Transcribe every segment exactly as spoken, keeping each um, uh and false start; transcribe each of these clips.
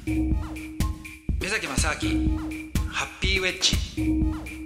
目崎正明ハッピーウェッジ。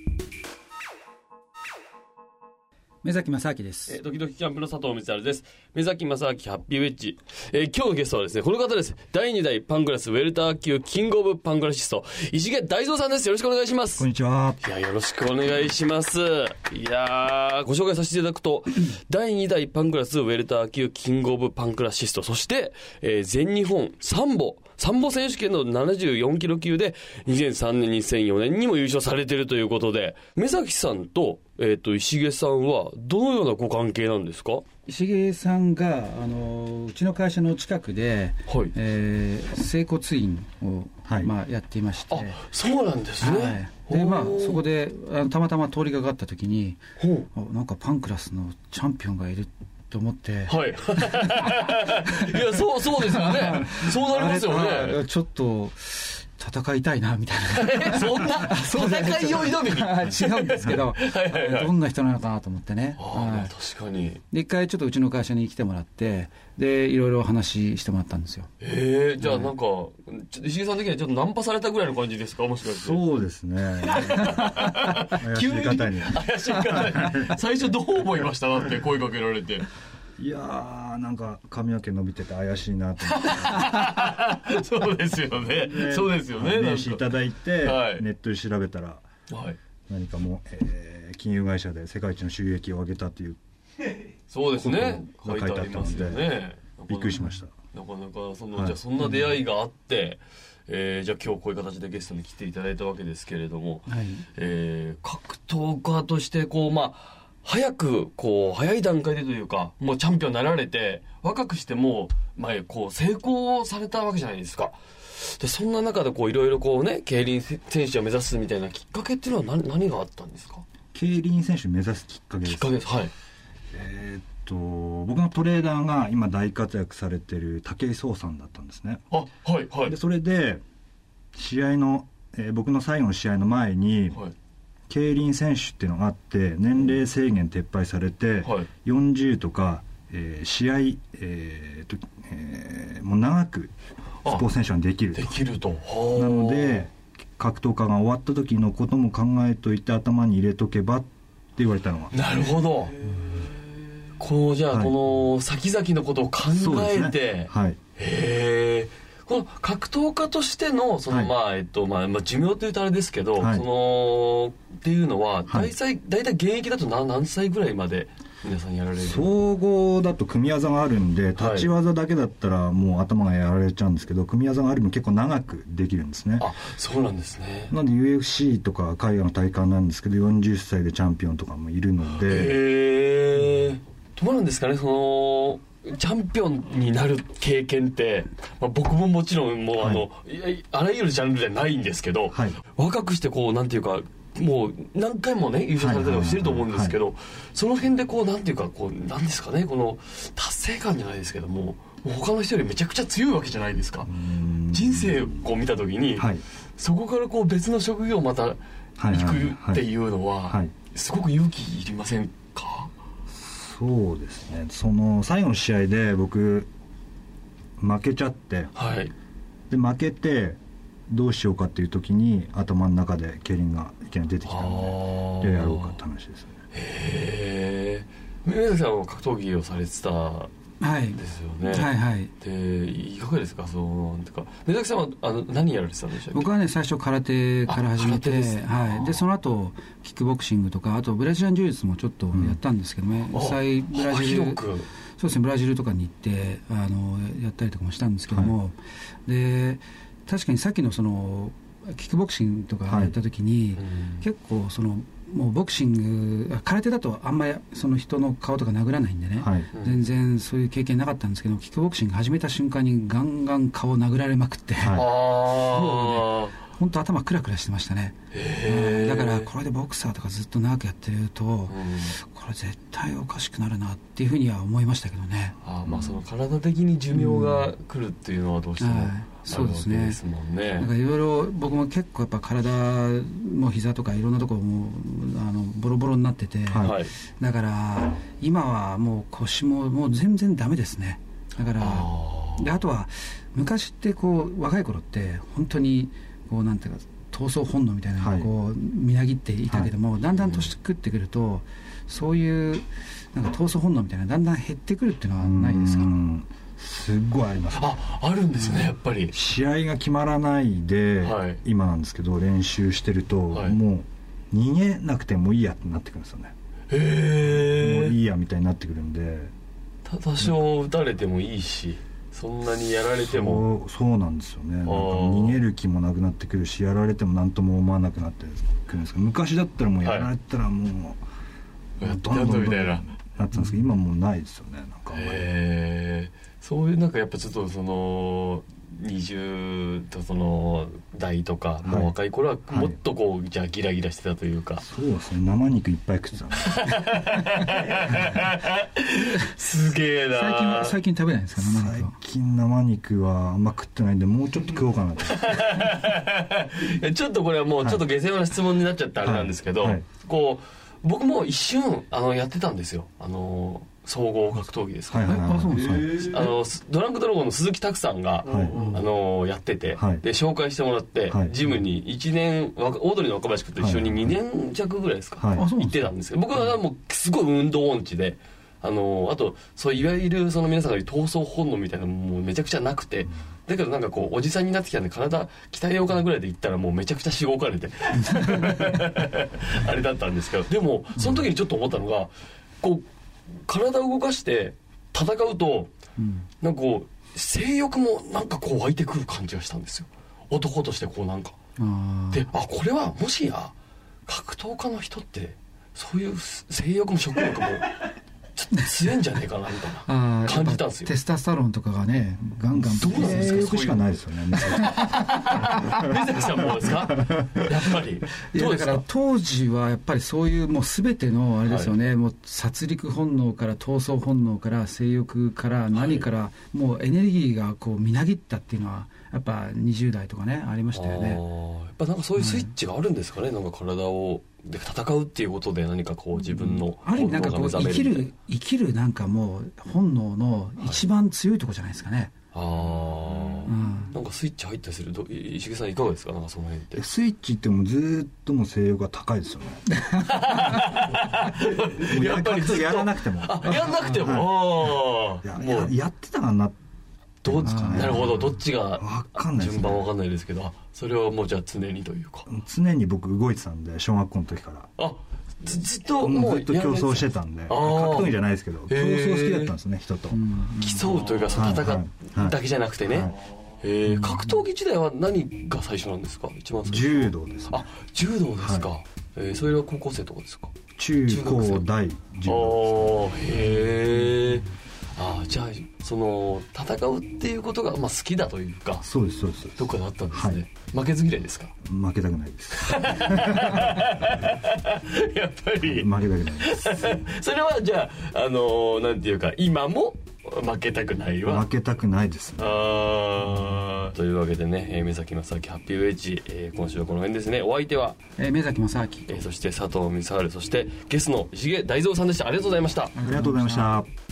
目崎正明です。 えー、ドキドキキャンプの佐藤光晴です。目崎正明ハッピーウェッジ、えー、今日のゲストはですね、この方です。だいにだいパンクラスウェルター級キングオブパンクラシスト石毛大蔵さんです。よろしくお願いします。 こんにちは。 いや、よろしくお願いします。いやー、ご紹介させていただくとだいにだいパンクラスウェルター級キングオブパンクラシスト、そして、えー、全日本サンボサンボ選手権のななじゅうよんキロ級でにせんさんねんにせんよねんにも優勝されているということで、目崎さんと、えー、と石毛さんはどのようなご関係なんですか？ 石毛さんがあのうちの会社の近くで、はい、えー、整骨院を、はい、まあ、やっていまして。 あ、そうなんですね。 はい、で、まあ、そこであのたまたま通りがかった時に、なんかパンクラスのチャンピオンがいると思って、はい、 いや、そうそうですよね。そうなりますよね。 ちょっと戦いたいなみたいな。 そんな戦いを挑みに違うんですけど、はいはい、はい、どんな人なのかなと思ってね。 あ、はい、確かに。 で、一回ちょっとうちの会社に来てもらって、でいろいろ話してもらったんですよ。 えー、じゃあなんか、はい、石毛さん的にはちょっとナンパされたぐらいの感じですか、もしかして。 そうですね。怪しい方に怪しい方に最初どう思いました？だって声かけられて。 いやー、なんか髪の毛伸びてて怪しいなと思ってそうですよね。そうですよね。 名刺いただいて、はい、ネットで調べたら、 はい、 何かもう、えー、金融会社で世界一の収益を上げたというそうですね、 書いてあったので、ね、びっくりしました。 なかなかその、はい、じゃあそんな出会いがあって、うん、えー、じゃあ今日こういう形でゲストに来ていただいたわけですけれども、はい、えー、格闘家としてこう、まあ早く、こう、早い段階でというか、もうチャンピオンになられて、若くしても、まあ、こう、成功されたわけじゃないですか。で、そんな中で、こう、いろいろこうね、競輪選手を目指すみたいなきっかけっていうのは何、何があったんですか？ 競輪選手を目指すきっかけです。 きっかけです。はい。 えーっと、僕のトレーダーが今大活躍されている武井壮さんだったんですね。 あ、はい、はい。 で、それで、試合の、えー、僕の最後の試合の前に、はい、競輪選手っていうのがあって年齢制限撤廃されて、はい、よんじゅうとか、えー、試合、えーとえー、もう長くスポーツ選手ができるとできるとなので格闘家が終わった時のことも考えといて頭に入れとけばって言われたのは。 なるほど。このじゃあ、はい、この先々のことを考えて、ね、はい、へー、この格闘家としてのその、はい、まあえっとまあ、まあ、寿命というとあれですけど、はい、そのっていうのは大体、大体現役だと 何, 何歳ぐらいまで皆さんやられる？ 総合だと組み技があるんで立ち技だけだったらもう頭がやられちゃうんですけど、組み技がある分結構長くできるんですね。 あ、そうなんですね。 なんで ユーエフシー とか海外の大会なんですけどよんじゅっさいでチャンピオンとかもいるので。 へー、どうなんですかね、そのチャンピオンになる経験って、まあ、僕ももちろんもう、はい、あのあらゆるジャンルじゃないんですけど、はい、若くしてこうなんていうかもう何回もね優勝されたりはしてると思うんですけど、はいはいはいはい、その辺でこうなんていうかこうなんですかね、この達成感じゃないですけども、もう他の人よりめちゃくちゃ強いわけじゃないですか。人生をこう見た時に、はい、そこからこう別の職業をまた行くっていうのは、はいはいはい、すごく勇気いりませんか？ そうですね、その最後の試合で僕負けちゃって、はい、で負けてどうしようかっていう時に頭の中で競輪がいきなり出てきたのでじゃあやろうかって話ですね。 へえ。宮崎さんは格闘技をされてたですよね。はいはいはい。でいかがですか、そのなんていうか宮崎さんはあの何やられてたんでしたっけ？ 僕はね最初空手から始めて、で、はい、でその後キックボクシングとかあとブラジリアン柔術もちょっとやったんですけどね、実際、うん、ブラジルそうですね、ブラジルとかに行ってあのやったりとかもしたんですけども、はい、で確かにさっきのそのキックボクシングとかやった時に、はい、結構そのもうボクシング空手だとあんまりその人の顔とか殴らないんでね、はい、全然そういう経験なかったんですけど、キックボクシング始めた瞬間にガンガン顔殴られまくって、はい、もうね本当頭クラクラしてましたね。だからこれでボクサーとかずっと長くやってると、うん、これ絶対おかしくなるなっていうふうには思いましたけどね。 あ、まあ、その体的に寿命が来るっていうのはどうしても、うん、はい、 そうですね。 ですもんね。 なんかいろいろ僕も結構やっぱ体も膝とかいろんなところもあのボロボロになってて、はい、だから今はもう腰ももう全然ダメですね。だからあであとは昔ってこう若い頃って本当にこうなんていうか闘争本能みたいなのがこう、はい、みなぎっていたけども、はい、だんだん年食ってくるとそういうなんか闘争本能みたいなだんだん減ってくるっていうのはないですか？ すっごいあります。 あ、あるんですね、やっぱり。 試合が決まらないで、はい、今なんですけど練習してると、はい、もう逃げなくてもいいやってなってくるんですよね。 へー、 もういいやみたいになってくるんで、 多少打たれてもいいし、そんなにやられても。 そう、そうなんですよね。なんか逃げる気もなくなってくるし、やられても何とも思わなくなってくるんですけど、昔だったらもうやられたらもう、はい、どんどんどんどんなってたんですけど、今もうないですよね。なんかへー、そういうなんかやっぱちょっとそのにじゅうとその代とか、はい、もう若い頃はもっとこう、はい、じゃあギラギラしてたというか。 そうですね、生肉いっぱい食ってたすげえな。 最近は最近食べないんですか？生肉は。 最近生肉はあんま食ってないんで、もうちょっと食おうかなとちょっとこれはもうちょっと下世話な質問になっちゃってあれなんですけど、はいはい、こう僕も一瞬あのやってたんですよ、あの総合格闘技ですか、ね、はいはいはい、あのドランクドラゴンの鈴木拓さんが、はい、あのやってて、はい、で紹介してもらって、はい、ジムにいちねんオードリーの若林君と一緒ににねん弱ぐらいですか、はい、行ってたんですけど、僕はもうすごい運動音痴で、あのあとそういわゆるその皆さんが言う闘争本能みたいなのもめちゃくちゃなくて、だけどなんかこうおじさんになってきたんで体鍛えようかなぐらいで行ったらもうめちゃくちゃしごかれてあれだったんですけど、でもその時にちょっと思ったのが、こう体を動かして戦うと、うん、なんかこう性欲もなんかこう湧いてくる感じがしたんですよ、男としてこうなんか。あで、あ、これはもしや格闘家の人ってそういう性欲も食欲もちょっと強いんじゃねえかなみたいな感じたんですよ。 テストステロンとかがねガンガン。 どうなんですか？性欲しかないですよね。 水崎さんもですか？やっぱりいやだから当時はやっぱりそういうもう全てのあれですよね、はい、もう殺戮本能から闘争本能から性欲から何から、はい、もうエネルギーがこうみなぎったっていうのはやっぱにじゅう代とかねありましたよね。 あ、やっぱなんかそういうスイッチがあるんですかね、はい、なんか体をで戦うっていうことで何かこう自分のある意味なんかこう生きる生きるなんかもう本能の一番強いところじゃないですかね。 はい、ああ、うん、なんかスイッチ入ったりすると石毛さんいかがですか？なんかその辺ってスイッチってもうずっとも性欲が高いですよねもうやっぱりやらなくてもあやらなくても、 はい、や, もう や, やってたかなどうですかね。なるほど、どっちが順番わかんないですけど、それはもうじゃあ常にというか。 常に僕動いてたんで、小学校の時から。 あ、ず, ずっともうずっと競争してたんで、格闘技じゃないですけど競争好きだったんですね、人と。 競うというかその戦うだけじゃなくてね、はいはいはい、えー、格闘技時代は何が最初なんですか？一番最初。 柔道です、ね、 あ、柔道ですか、はい、えー、それは高校生とかですか？ 中高大柔道です、ね、へえ。あ、じゃあその戦うっていうことがまあ好きだというか。 そうですそうです。 どっかであったんですね、はい、負けず嫌いですか？ 負けたくないですやっぱり負けたくないですそれはじゃあ、あのー、なんていうか今も負けたくないわ。 負けたくないですね。 あ、というわけでね、えー、目崎正明ハッピーウェッジ、えー、今週はこの辺ですね。お相手は、 えー、目崎正明、 えー、そして佐藤光晴、そしてゲストの石毛大蔵さんでした。ありがとうございました。 ありがとうございました。